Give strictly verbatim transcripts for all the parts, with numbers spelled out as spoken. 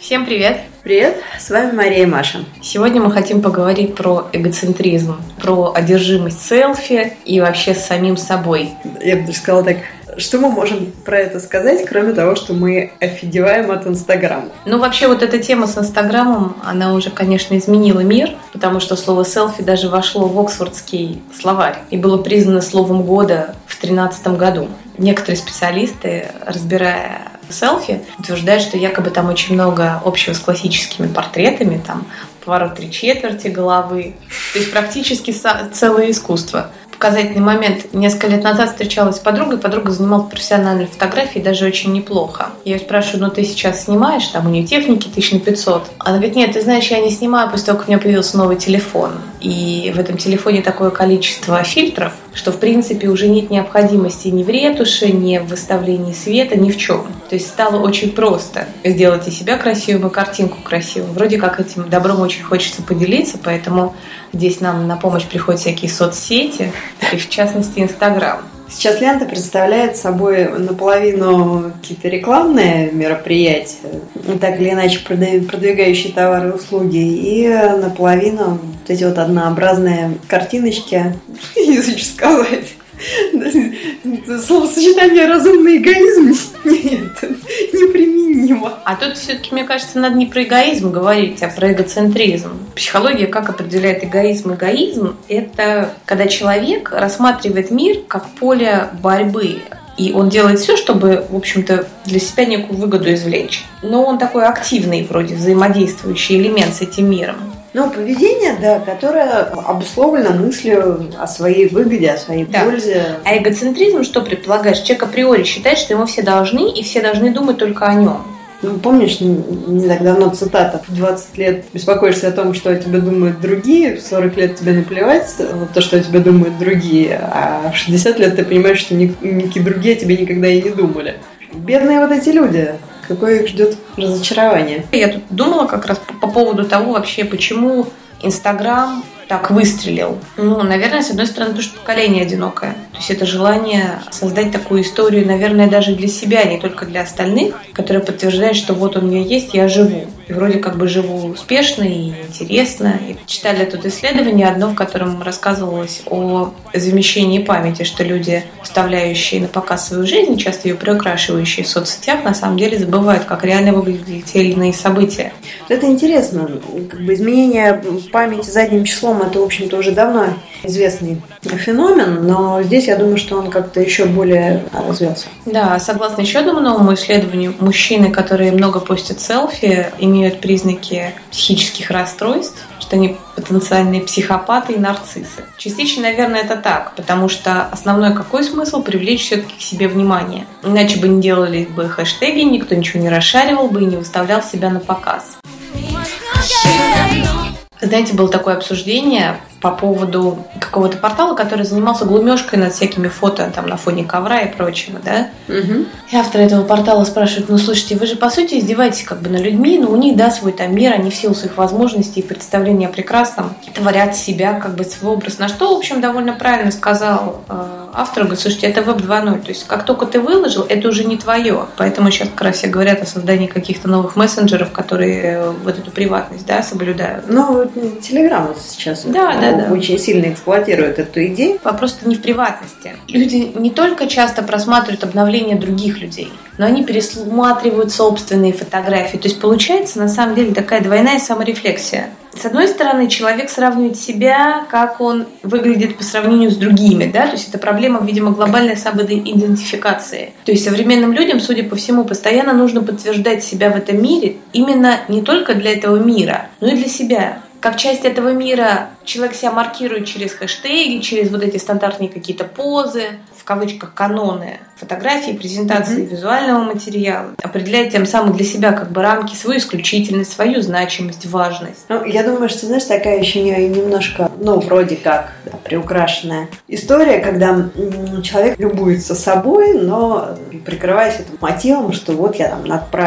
Всем привет! Привет, с вами Мария и Маша. Сегодня мы хотим поговорить про эгоцентризм, про одержимость селфи и вообще с самим собой. Я бы даже сказала так, что мы можем про это сказать, кроме того, что мы офигеваем от Инстаграма? Ну, вообще, вот эта тема с Инстаграмом, она уже, конечно, изменила мир, потому что слово «селфи» даже вошло в Оксфордский словарь и было признано словом года в две тысячи тринадцатом году. Некоторые специалисты, разбирая селфи, утверждают, что якобы там очень много общего с классическими портретами, там поворот три четверти головы, то есть практически целое искусство. Показательный момент. Несколько лет назад встречалась с подругой, подруга занималась профессиональной фотографией, даже очень неплохо. Я ее спрашиваю, ну ты сейчас снимаешь? Там у нее техники тысяч на пятьсот. Она говорит, нет, ты знаешь, я не снимаю после того, как у меня появился новый телефон. И в этом телефоне такое количество фильтров, что в принципе уже нет необходимости ни в ретуше, ни в выставлении света, ни в чем. То есть стало очень просто сделать из себя красивую, картинку красивую. Вроде как этим добром очень хочется поделиться, поэтому здесь нам на помощь приходят всякие соцсети, и в частности Инстаграм. Сейчас лента представляет собой наполовину какие-то рекламные мероприятия, так или иначе продвигающие товары и услуги, и наполовину вот эти вот однообразные картиночки, если что сказать. Словосочетание «разумный эгоизм» нет, неприменимо. А тут все-таки, мне кажется, надо не про эгоизм говорить, а про эгоцентризм. Психология как определяет эгоизм? Эгоизм – это когда человек рассматривает мир как поле борьбы. И он делает все, чтобы, в общем-то, для себя некую выгоду извлечь. Но он такой активный, вроде взаимодействующий элемент с этим миром. Ну, поведение, да, которое обусловлено мыслью о своей выгоде, о своей да. пользе. А эгоцентризм что предполагает? Человек априори считает, что ему все должны, и все должны думать только о нем. Ну, помнишь, не, не так давно цитата: в двадцать лет беспокоишься о том, что о тебе думают другие, в сорок лет тебе наплевать на то, что о тебе думают другие, а в шестьдесят лет ты понимаешь, что никакие другие о тебе никогда и не думали. Бедные вот эти люди. Какое их ждет разочарование. Я тут думала как раз по, по поводу того вообще, почему Инстаграм так выстрелил. Ну, наверное, с одной стороны, потому что поколение одинокое. То есть это желание создать такую историю, наверное, даже для себя, не только для остальных, которая подтверждает, что вот у меня есть, я живу. И вроде как бы живу успешно и интересно. И читали тут исследование одно, в котором рассказывалось о замещении памяти, что люди, вставляющие на показ свою жизнь, часто ее приукрашивающие в соцсетях, на самом деле забывают, как реально выглядели те или иные события. Это интересно. Как бы изменение памяти задним числом — это, в общем-то, уже давно известный феномен, но здесь я думаю, что он как-то еще более развился. Да, согласно еще одному новому исследованию, мужчины, которые много постят селфи, имеют признаки психических расстройств, что они потенциальные психопаты и нарциссы. Частично, наверное, это так, потому что основной какой смысл? Привлечь все-таки к себе внимание. Иначе бы не делали бы хэштеги, никто ничего не расшаривал бы и не выставлял себя на показ. Знаете, было такое обсуждение по поводу какого-то портала, который занимался глумежкой над всякими фото там, на фоне ковра и прочего, да? Угу. И автор этого портала спрашивает, ну, слушайте, вы же, по сути, издеваетесь как бы над людьми, но у них, да, свой там мир, они в силу своих возможностей и представления о прекрасном творят себя, как бы свой образ. На что, в общем, довольно правильно сказал э, автор, говорит, слушайте, это веб два ноль, то есть как только ты выложил, это уже не твое. Поэтому сейчас как раз все говорят о создании каких-то новых мессенджеров, которые вот эту приватность, да, соблюдают. Ну, Телеграм сейчас да, да, да. очень сильно эксплуатирует эту идею. Вопрос-то не в приватности. Люди не только часто просматривают обновления других людей, но они пересматривают собственные фотографии. То есть получается, на самом деле, такая двойная саморефлексия. С одной стороны, человек сравнивает себя, как он выглядит по сравнению с другими, да, то есть это проблема, видимо, глобальной самоидентификации. То есть современным людям, судя по всему, постоянно нужно подтверждать себя в этом мире именно не только для этого мира, но и для себя. Как часть этого мира человек себя маркирует через хэштеги, через вот эти стандартные какие-то позы, в кавычках каноны фотографии, презентации mm-hmm. визуального материала, определяет тем самым для себя как бы рамки, свою исключительность, свою значимость, важность. Ну, я думаю, что, знаешь, такая еще немножко, ну, вроде как, да, приукрашенная история, когда человек любуется собой, но прикрываясь этим мотивом, что вот я там отправил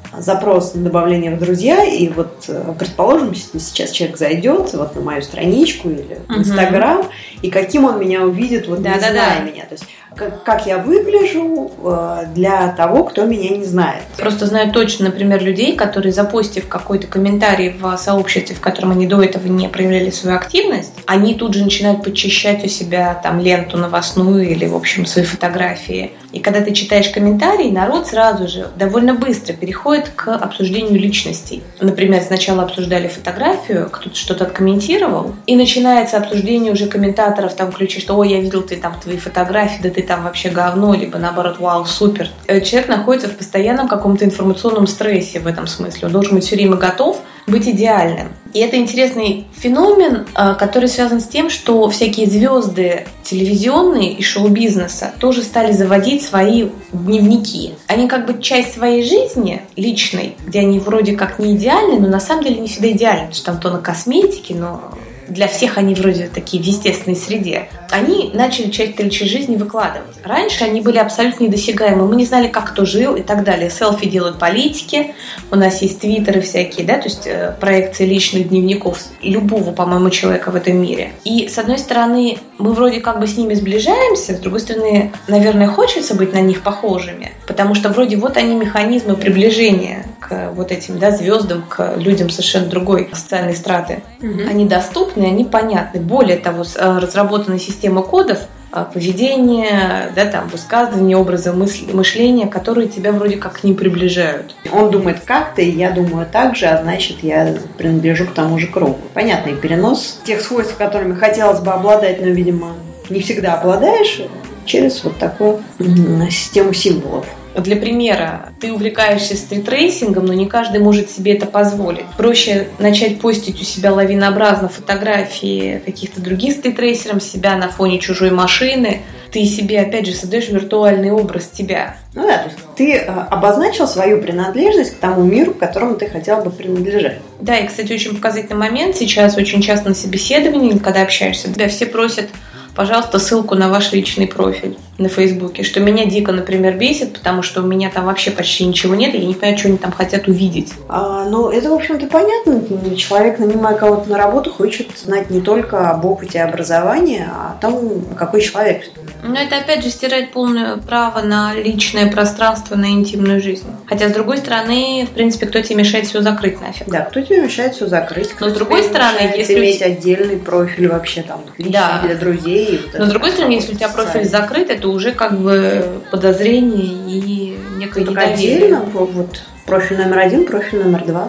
запрос на добавление в друзья, и вот, предположим, сейчас человек зайдет вот на мою страничку или в Инстаграм, и каким он меня увидит, вот да, не да, зная да. меня. То есть как, как я выгляжу для того, кто меня не знает. Просто знаю точно, например, людей, которые, запустив какой-то комментарий в сообществе, в котором они до этого не проявляли свою активность, они тут же начинают подчищать у себя там ленту новостную или, в общем, свои фотографии. И когда ты читаешь комментарии, народ сразу же довольно быстро переходит к обсуждению личностей. Например, сначала обсуждали фотографию, кто-то что-то откомментировал, и начинается обсуждение уже комментаторов там в ключе, что «Ой, я видел ты там твои фотографии, да ты там вообще говно», либо наоборот «Вау, супер». Человек находится в постоянном каком-то информационном стрессе в этом смысле. Он должен быть все время готов быть идеальным. И это интересный феномен, который связан с тем, что всякие звезды телевизионные и шоу-бизнеса тоже стали заводить свои дневники. Они как бы часть своей жизни личной, где они вроде как не идеальны, но на самом деле не всегда идеальны, потому что там тонна косметики, но для всех они вроде такие в естественной среде. Они начали часть личной жизни выкладывать. Раньше они были абсолютно недосягаемы. Мы не знали, как кто жил и так далее. Селфи делают политики. У нас есть твиттеры всякие, да, то есть проекции личных дневников любого, по-моему, человека в этом мире. И, с одной стороны, мы вроде как бы с ними сближаемся, с другой стороны, наверное, хочется быть на них похожими, потому что вроде вот они механизмы приближения к вот этим, да, звездам, к людям совершенно другой социальной страты. Угу. Они доступны, они понятны. Более того, разработана система кодов поведения, да, там, высказывания, образа мысли, мышления, которые тебя вроде как к ним приближают. Он думает как-то, и я думаю так же, а значит, я принадлежу к тому же кругу. Понятный перенос тех свойств, которыми хотелось бы обладать, но, видимо, не всегда обладаешь, через вот такую систему символов. Для примера, ты увлекаешься стритрейсингом, но не каждый может себе это позволить. Проще начать постить у себя лавинообразно фотографии каких-то других стритрейсеров, себя на фоне чужой машины. Ты себе, опять же, создаешь виртуальный образ тебя. Ну да, то есть ты обозначил свою принадлежность к тому миру, к которому ты хотел бы принадлежать. Да, и, кстати, очень показательный момент. Сейчас очень часто на собеседовании, когда общаешься, тебя все просят: пожалуйста, ссылку на ваш личный профиль на Фейсбуке, что меня дико, например, бесит, потому что у меня там вообще почти ничего нет, и я не понимаю, что они там хотят увидеть. А, ну, это, в общем-то, понятно. Человек, нанимая кого-то на работу, хочет знать не только об опыте образования, а о том, какой человек. Но это, опять же, стирает полное право на личное пространство, на интимную жизнь. Хотя, с другой стороны, в принципе, кто тебе мешает все закрыть нафиг? Да, кто тебе мешает все закрыть? Но, с другой стороны, если иметь отдельный профиль вообще там, личный, да, для друзей. Вот. Но, с другой стороны, если у тебя профиль закрыт, это уже как бы подозрение и некое недоверие. Отдельно, вот профиль номер один, профиль номер два.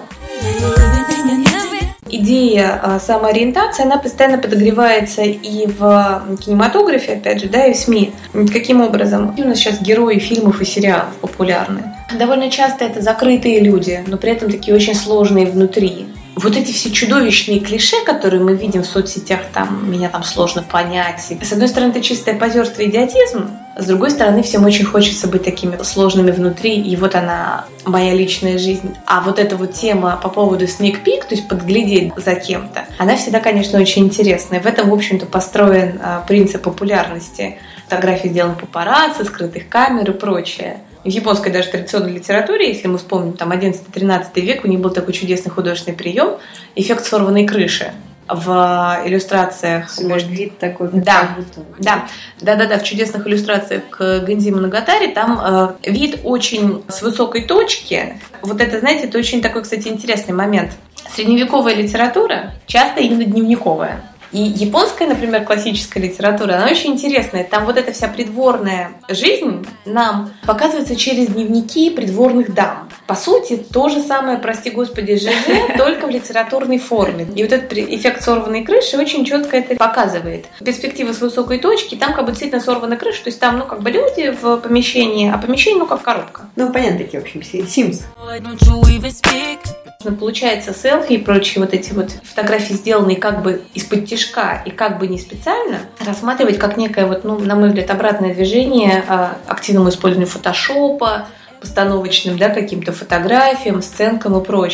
Идея самоориентации, она постоянно подогревается и в кинематографе, опять же, да, и в СМИ. Каким образом? У нас сейчас герои фильмов и сериалов популярны. Довольно часто это закрытые люди, но при этом такие очень сложные внутри. Вот эти все чудовищные клише, которые мы видим в соцсетях, там, меня там сложно понять. С одной стороны, это чистое позерство и идиотизм, с другой стороны, всем очень хочется быть такими сложными внутри, и вот она, моя личная жизнь. А вот эта вот тема по поводу sneak peek, то есть подглядеть за кем-то, она всегда, конечно, очень интересная. В этом, в общем-то, построен а, принцип популярности. Фотографии сделаны папарацци, скрытых камер и прочее. В японской даже традиционной литературе, если мы вспомним, там одиннадцатый-тринадцатый век, у них был такой чудесный художественный прием — эффект сорванной крыши. В иллюстрациях... Может, вид такой. Да, да, да, да, да, в чудесных иллюстрациях к Гэнзи Моногатари там э, вид очень с высокой точки. Вот это, знаете, это очень такой, кстати, интересный момент. Средневековая литература часто именно дневниковая. И японская, например, классическая литература, она очень интересная. Там вот эта вся придворная жизнь нам показывается через дневники придворных дам. По сути, то же самое, прости господи, ЖЖ, только в литературной форме. И вот этот эффект сорванной крыши очень четко это показывает. Перспектива с высокой точки, там как бы действительно сорвана крыша, то есть там, ну, как бы люди в помещении, а помещение, ну, как коробка. Ну, понятно, такие, в общем, Sims. Получается, селфи и прочие вот эти вот фотографии, сделанные как бы из-под тишка и как бы не специально, рассматривать как некое, вот, ну, на мой взгляд, обратное движение а, активному использованию фотошопа, постановочным, да, каким-то фотографиям, сценкам и прочим.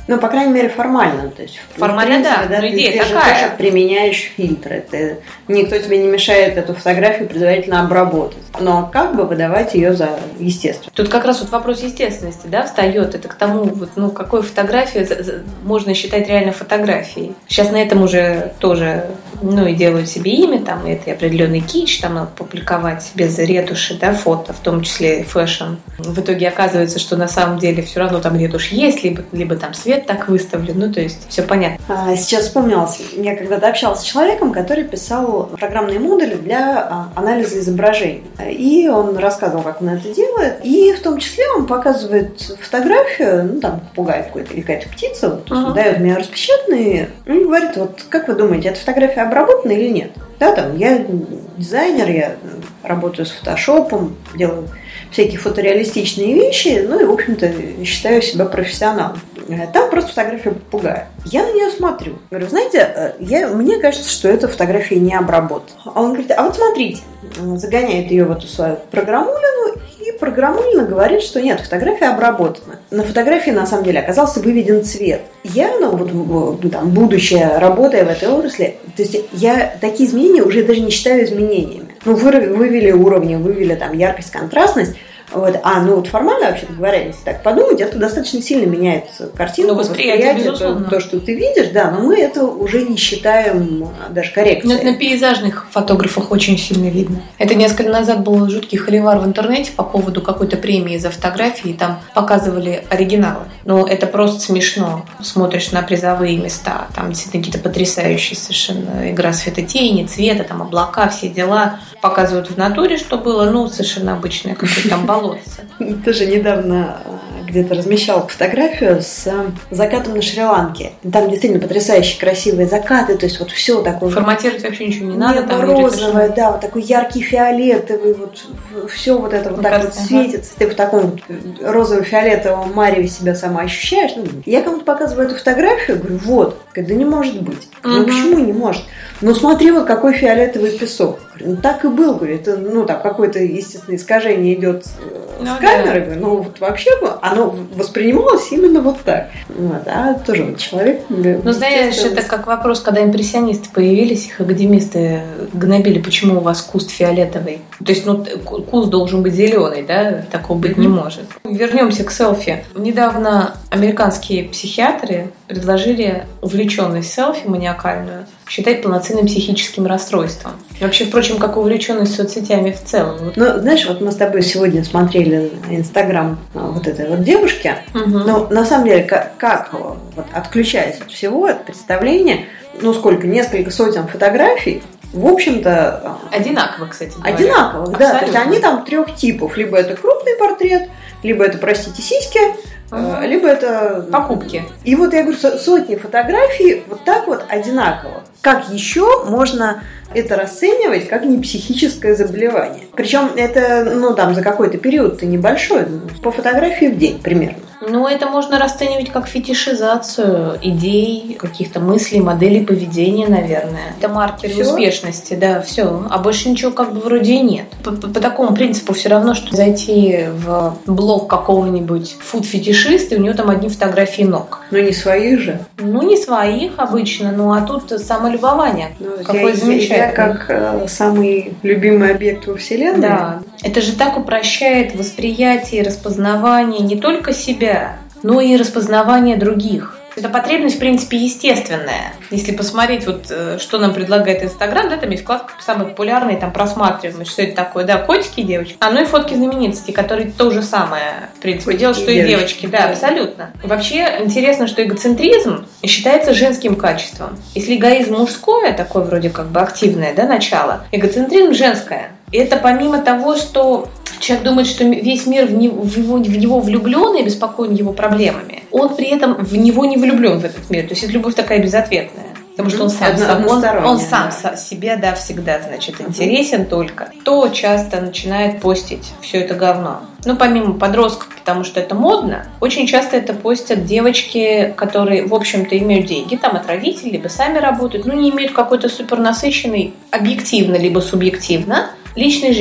Ну, по крайней мере, формально. То есть, формально, принципе, да, да, но ты, идея ты такая. же тоже применяешь фильтры. Ты, никто тебе не мешает эту фотографию предварительно обработать. Но как бы выдавать ее за естественную? Тут как раз вот вопрос естественности, да, встает. Это к тому, вот, ну, какой фотографию можно считать реально фотографией. Сейчас на этом уже тоже, ну, и делают себе имя, там, это и определенный кич, там, надо публиковать без ретуши, да, фото, в том числе фэшн. В итоге оказывается, что на самом деле все равно там ретушь есть, либо, либо там свет так выставлен, ну, то есть все понятно. А, сейчас вспомнилось, я когда-то общалась с человеком, который писал программные модули для а, анализа изображений. И он рассказывал, как он это делает. И в том числе он показывает фотографию, ну, там, попугай какой-то или какая-то птица, вот, uh-huh. дает мне распечатанные, и говорит, вот, как вы думаете, эта фотография обработана или нет? Да, там, я дизайнер, я работаю с фотошопом, делаю всякие фотореалистичные вещи, ну и, в общем-то, считаю себя профессионалом. Там просто фотография попугая. Я на нее смотрю. Говорю, знаете, я, мне кажется, что эта фотография не обработана. А он говорит, а вот смотрите, загоняет ее в эту свою программулину, и программулина говорит, что нет, фотография обработана. На фотографии, на самом деле, оказался выведен цвет. Я, ну, вот, там, будущее, работая в этой отрасли, то есть я такие изменения уже даже не считаю изменениями. Ну, вы, вывели уровни, вывели там яркость, контрастность. Вот. А, ну вот формально, вообще-то говоря, если так подумать, это достаточно сильно меняет картинку, ну, восприятие, восприятие, то, то, что ты видишь, да, но мы это уже не считаем даже коррекцией. Но это на пейзажных фотографах очень сильно видно. Это несколько назад был жуткий холивар в интернете по поводу какой-то премии за фотографии, и там показывали оригиналы. Ну, это просто смешно. Смотришь на призовые места, там действительно какие-то потрясающие совершенно игра светотени, цвета, там облака, все дела. Показывают в натуре, что было, ну, совершенно обычное какое-то там болото. Тоже недавно где-то размещал фотографию с закатом на Шри-Ланке. Там действительно потрясающие красивые закаты, то есть вот все такое. Форматировать вообще ничего не надо. Небо розовое, да, вот такой яркий фиолетовый, вот все вот это вот ну, так вот светится. Ты в таком вот розово-фиолетовом мареве себя сама ощущаешь. Ну, я кому-то показываю эту фотографию, говорю, вот, да не может быть. Ну угу. Почему не может? Ну смотри, вот какой фиолетовый песок. Говорю, ну так и был, говорю, это, ну там какое-то, естественно, искажение идет ну, с камеры, да. Говорю, ну вот вообще оно воспринималось именно вот так. Вот, а тоже вот человек... Ну знаешь, это как вопрос, когда импрессионисты появились, их академисты гнобили, почему у вас куст фиолетовый. То есть, ну, куст должен быть зеленый, да, такого быть mm-hmm. не может. Вернемся к селфи. Недавно американские психиатры предложили увлеченность селфи маниакальную считать полноценным психическим расстройством. И вообще, впрочем, как увлеченность соцсетями в целом. Ну, знаешь, вот мы с тобой сегодня смотрели Инстаграм вот этой вот девушки, угу. но на самом деле, как, как вот, отключаясь от всего, от представления, ну, сколько, несколько сотен фотографий, в общем-то... Одинаково, кстати говоря. Одинаково, да. То есть они там трех типов. Либо это крупный портрет, либо это, простите, сиськи, uh-huh. либо это... покупки. И вот я говорю, сотни фотографий вот так вот одинаково. Как еще можно это расценивать как не психическое заболевание? Причем это, ну, там, за какой-то период-то небольшой, по фотографии в день примерно. Ну, это можно расценивать как фетишизацию идей, каких-то мыслей, моделей поведения, наверное. Это маркер все? Успешности, да, все. А больше ничего как бы вроде и нет. По, по, по такому принципу все равно, что зайти в блог какого-нибудь фуд-фетишиста, и у него там одни фотографии ног. Ну, не своих же. Ну, не своих обычно, ну, а тут самолюбование. Ну, какое я, замечательное. Я как э, самый любимый объект во Вселенной. Да. Это же так упрощает восприятие и распознавание не только себя, но и распознавание других. Эта потребность, в принципе, естественная. Если посмотреть, вот, что нам предлагает Инстаграм, да, там есть вкладка самые популярные, там просматриваем, что это такое, да, котики и девочки. А ну и фотки знаменитостей, которые то же самое, в принципе, котики делают, что и девочки. девочки. Да, да, абсолютно. Вообще, интересно, что эгоцентризм считается женским качеством. Если эгоизм мужское, такое вроде как бы активное, да, начало, эгоцентризм женское. И это помимо того, что человек думает, что весь мир в него, в его, в него влюблен и обеспокоен его проблемами, он при этом в него не влюблен, в этот мир. То есть это любовь такая безответная. Потому что он сам, сам, он, он сам да. себе, да, всегда, значит, интересен uh-huh. только. Кто часто начинает постить все это говно? Ну, помимо подростков, потому что это модно, очень часто это постят девочки, которые, в общем-то, имеют деньги, там, от родителей, либо сами работают, но не имеют какой-то супернасыщенной, объективно, либо субъективно, личной жизни.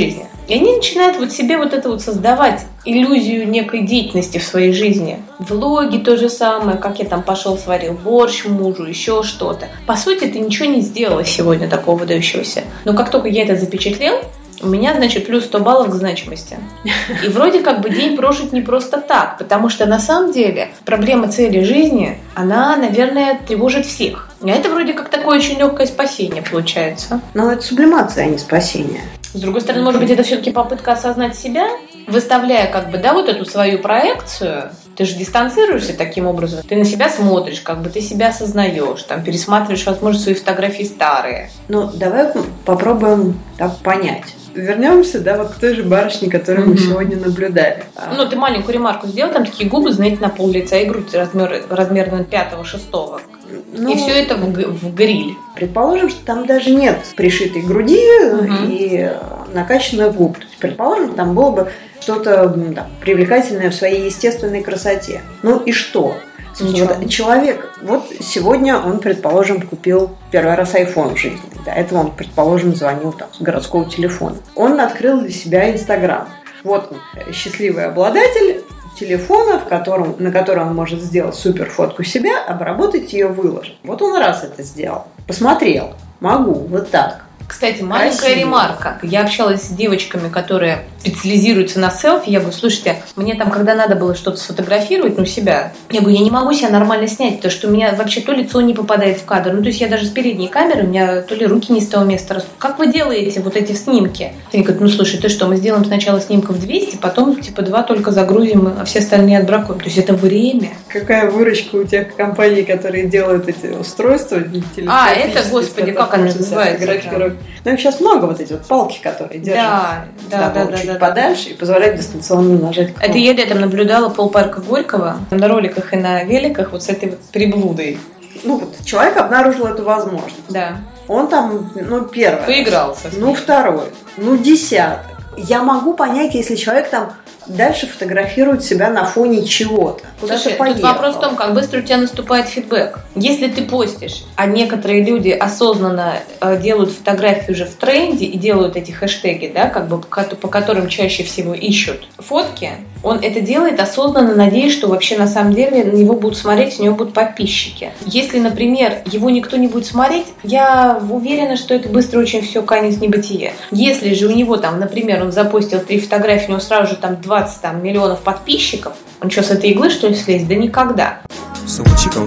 И они начинают вот себе вот это вот создавать иллюзию некой деятельности в своей жизни. Влоги то же самое, как я там пошел сварил борщ мужу, еще что-то. По сути, ты ничего не сделала сегодня такого выдающегося. Но как только я это запечатлел, у меня, значит, плюс сто баллов к значимости. И вроде как бы день прожит не просто так, потому что на самом деле проблема цели жизни, она, наверное, тревожит всех. А это вроде как такое очень легкое спасение получается. Но это сублимация, а не спасение. С другой стороны, может быть, это все-таки попытка осознать себя, выставляя как бы, да, вот эту свою проекцию. Ты же дистанцируешься таким образом. Ты на себя смотришь, как бы ты себя осознаешь, там, пересматриваешь, возможно, свои фотографии старые. Ну, давай попробуем так понять. Вернемся, да, вот к той же барышне, которую mm-hmm. мы сегодня наблюдали. Ну, ты маленькую ремарку сделал, там такие губы, знаете, на пол лица, и грудь размер, размерно пятого-шестого. Ну, и все это в, в гриль. Предположим, что там даже нет пришитой груди mm-hmm. и накачанных губ. То есть, предположим, там было бы что-то там, привлекательное в своей естественной красоте. Ну и что? Вот человек, вот сегодня он, предположим, купил первый раз iPhone в жизни. До этого он, предположим, звонил там, с городского телефона. Он открыл для себя Инстаграм. Вот он, счастливый обладатель телефона, в котором, на котором он может сделать супер фотку себя, обработать ее, выложить. Вот он раз это сделал. Посмотрел. Могу. Вот так. Кстати, маленькая Красиво. ремарка. Я общалась с девочками, которые специализируются на селфи. Я говорю, слушайте, мне там, когда надо было что-то сфотографировать, ну, себя, я говорю, я не могу себя нормально снять, потому что у меня вообще то лицо не попадает в кадр. Ну, то есть я даже с передней камеры, у меня то ли руки не с того места растут. Как вы делаете вот эти снимки? Они говорят, ну, слушай, ты что, мы сделаем сначала снимков двести, потом, типа, два только загрузим, а все остальные отбракуем. То есть это время. Какая выручка у тех компаний, которые делают эти устройства? А, это, господи, как она называется? Ну, сейчас много вот эти вот палки, которые держат да, да, да, да, чуть да, подальше да. и позволяют дистанционно нажать кнопку. Это я летом наблюдала полпарка Горького на роликах и на великах вот с этой вот приблудой. Ну, вот человек обнаружил эту возможность. Да. Он там, ну, первый. Поигрался. Ну, второй. Ну, десятый. Я могу понять, если человек там дальше фотографирует себя на фоне чего-то. Слушай, тут вопрос в том, как быстро у тебя наступает фидбэк. Если ты постишь, а некоторые люди осознанно делают фотографии уже в тренде и делают эти хэштеги, да, как бы по которым чаще всего ищут фотки, он это делает осознанно, надеясь, что вообще на самом деле на него будут смотреть, у него будут подписчики. Если, например, его никто не будет смотреть, я уверена, что это быстро очень все канет в небытие. Если же у него там, например, он запостил три фотографии, у него сразу же там двадцать там, миллионов подписчиков, он что, с этой иглы, что ли, слезет? Да никогда. So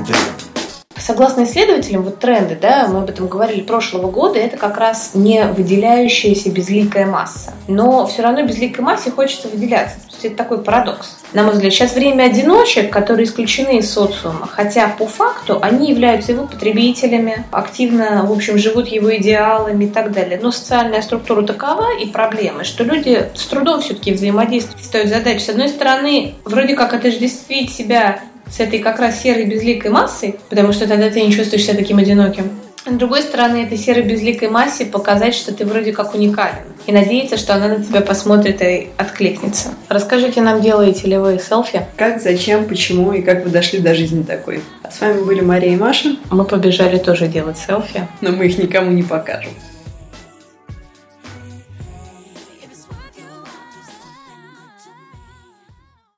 Согласно исследователям, вот тренды, да, мы об этом говорили прошлого года, это как раз не выделяющаяся безликая масса. Но все равно безликой массе хочется выделяться. То есть это такой парадокс. На мой взгляд, сейчас время одиночек, которые исключены из социума, хотя по факту они являются его потребителями, активно, в общем, живут его идеалами и так далее. Но социальная структура такова и проблемы, что люди с трудом все-таки взаимодействуют, ставят задачи. С одной стороны, вроде как отождествить себя с этой как раз серой безликой массой, потому что тогда ты не чувствуешь себя таким одиноким. С другой стороны, этой серой безликой массе показать, что ты вроде как уникален. И надеяться, что она на тебя посмотрит и откликнется. Расскажите нам, делаете ли вы селфи? Как, зачем, почему и как вы дошли до жизни такой. А с вами были Мария и Маша. Мы побежали тоже делать селфи. Но мы их никому не покажем.